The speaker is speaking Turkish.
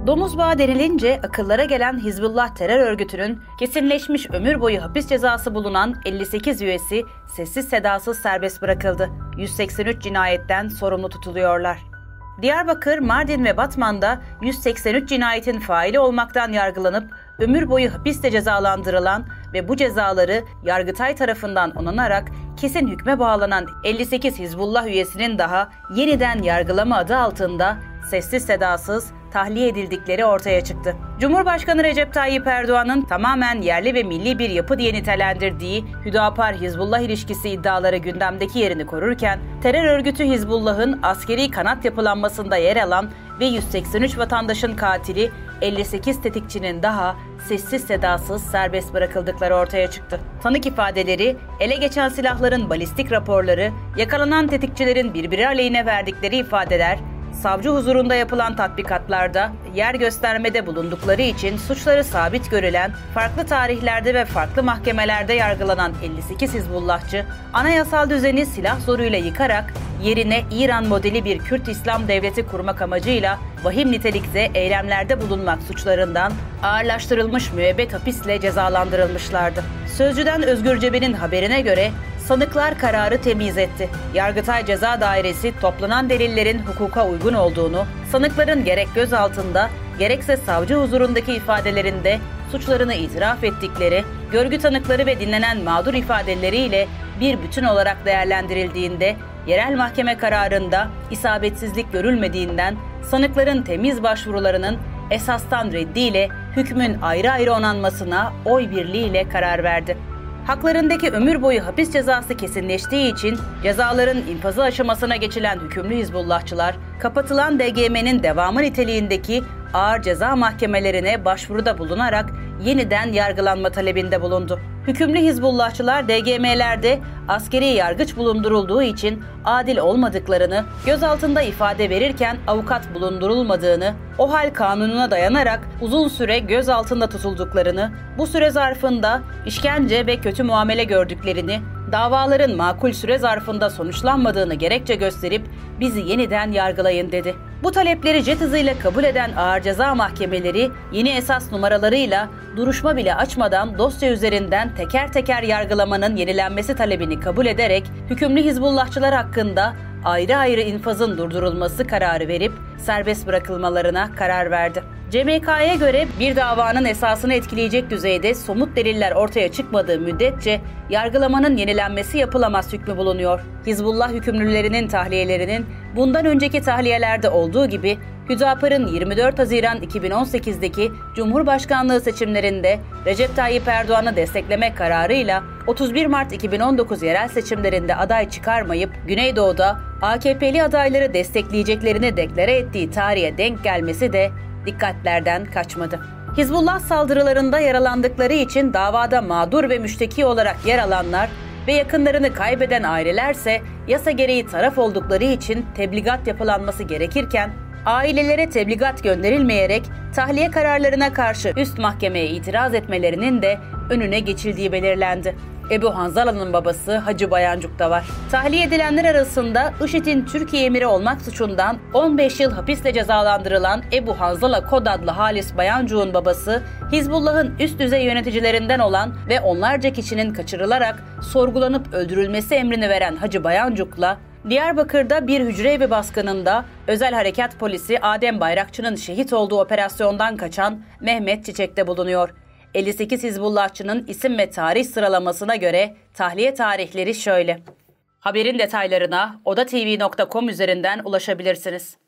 Domuz bağı denilince akıllara gelen Hizbullah terör örgütünün kesinleşmiş ömür boyu hapis cezası bulunan 58 üyesi sessiz sedasız serbest bırakıldı. 183 cinayetten sorumlu tutuluyorlar. Diyarbakır, Mardin ve Batman'da 183 cinayetin faili olmaktan yargılanıp ömür boyu hapiste cezalandırılan ve bu cezaları Yargıtay tarafından onanarak kesin hükme bağlanan 58 Hizbullah üyesinin daha yeniden yargılama adı altında sessiz sedasız tahliye edildikleri ortaya çıktı. Cumhurbaşkanı Recep Tayyip Erdoğan'ın tamamen yerli ve milli bir yapı diye nitelendirdiği Hüdapar-Hizbullah ilişkisi iddiaları gündemdeki yerini korurken, terör örgütü Hizbullah'ın askeri kanat yapılanmasında yer alan ve 183 vatandaşın katili 58 tetikçinin daha sessiz sedasız serbest bırakıldıkları ortaya çıktı. Tanık ifadeleri, ele geçen silahların balistik raporları, yakalanan tetikçilerin birbiri aleyhine verdikleri ifadeler, savcı huzurunda yapılan tatbikatlarda yer göstermede bulundukları için suçları sabit görülen, farklı tarihlerde ve farklı mahkemelerde yargılanan 58 Hizbullahçı, anayasal düzeni silah zoruyla yıkarak yerine İran modeli bir Kürt İslam devleti kurmak amacıyla vahim nitelikte eylemlerde bulunmak suçlarından ağırlaştırılmış müebbet hapisle cezalandırılmışlardı. Sözcüden Özgür Cebe'nin haberine göre sanıklar kararı temyiz etti. Yargıtay Ceza Dairesi toplanan delillerin hukuka uygun olduğunu, sanıkların gerek gözaltında gerekse savcı huzurundaki ifadelerinde suçlarını itiraf ettikleri, görgü tanıkları ve dinlenen mağdur ifadeleriyle bir bütün olarak değerlendirildiğinde, yerel mahkeme kararında isabetsizlik görülmediğinden sanıkların temiz başvurularının esastan reddiyle hükmün ayrı ayrı onanmasına oy birliğiyle karar verdi. Haklarındaki ömür boyu hapis cezası kesinleştiği için cezaların infazı aşamasına geçilen hükümlü Hizbullahçılar, kapatılan DGM'nin devamı niteliğindeki ağır ceza mahkemelerine başvuruda bulunarak yeniden yargılanma talebinde bulundu. Hükümlü Hizbullahçılar DGM'lerde askeri yargıç bulundurulduğu için adil olmadıklarını, gözaltında ifade verirken avukat bulundurulmadığını, o hal kanununa dayanarak uzun süre gözaltında tutulduklarını, bu süre zarfında işkence ve kötü muamele gördüklerini, davaların makul süre zarfında sonuçlanmadığını gerekçe gösterip bizi yeniden yargılayın dedi. Bu talepleri jet hızıyla kabul eden ağır ceza mahkemeleri yeni esas numaralarıyla duruşma bile açmadan dosya üzerinden teker teker yargılamanın yenilenmesi talebini kabul ederek hükümlü Hizbullahçılar hakkında ayrı ayrı infazın durdurulması kararı verip serbest bırakılmalarına karar verdi. CMK'ya göre bir davanın esasını etkileyecek düzeyde somut deliller ortaya çıkmadığı müddetçe yargılamanın yenilenmesi yapılamaz hükmü bulunuyor. Hizbullah hükümlülerinin tahliyelerinin bundan önceki tahliyelerde olduğu gibi Hüdapar'ın 24 Haziran 2018'deki Cumhurbaşkanlığı seçimlerinde Recep Tayyip Erdoğan'ı destekleme kararıyla 31 Mart 2019 yerel seçimlerinde aday çıkarmayıp Güneydoğu'da AKP'li adayları destekleyeceklerini deklare ettiği tarihe denk gelmesi de dikkatlerden kaçmadı. Hizbullah saldırılarında yaralandıkları için davada mağdur ve müşteki olarak yer alanlar ve yakınlarını kaybeden ailelerse yasa gereği taraf oldukları için tebligat yapılanması gerekirken ailelere tebligat gönderilmeyerek tahliye kararlarına karşı üst mahkemeye itiraz etmelerinin de önüne geçildiği belirlendi. Ebu Hanzala'nın babası Hacı Bayancuk da var. Tahliye edilenler arasında IŞİD'in Türkiye emiri olmak suçundan 15 yıl hapisle cezalandırılan Ebu Hanzala Kod adlı Halis Bayancuk'un babası, Hizbullah'ın üst düzey yöneticilerinden olan ve onlarca kişinin kaçırılarak sorgulanıp öldürülmesi emrini veren Hacı Bayancuk'la Diyarbakır'da bir hücre-evi baskınında özel harekat polisi Adem Bayrakçı'nın şehit olduğu operasyondan kaçan Mehmet Çiçek'te bulunuyor. 58 Hizbullahçının isim ve tarih sıralamasına göre tahliye tarihleri şöyle. Haberin detaylarına odatv.com üzerinden ulaşabilirsiniz.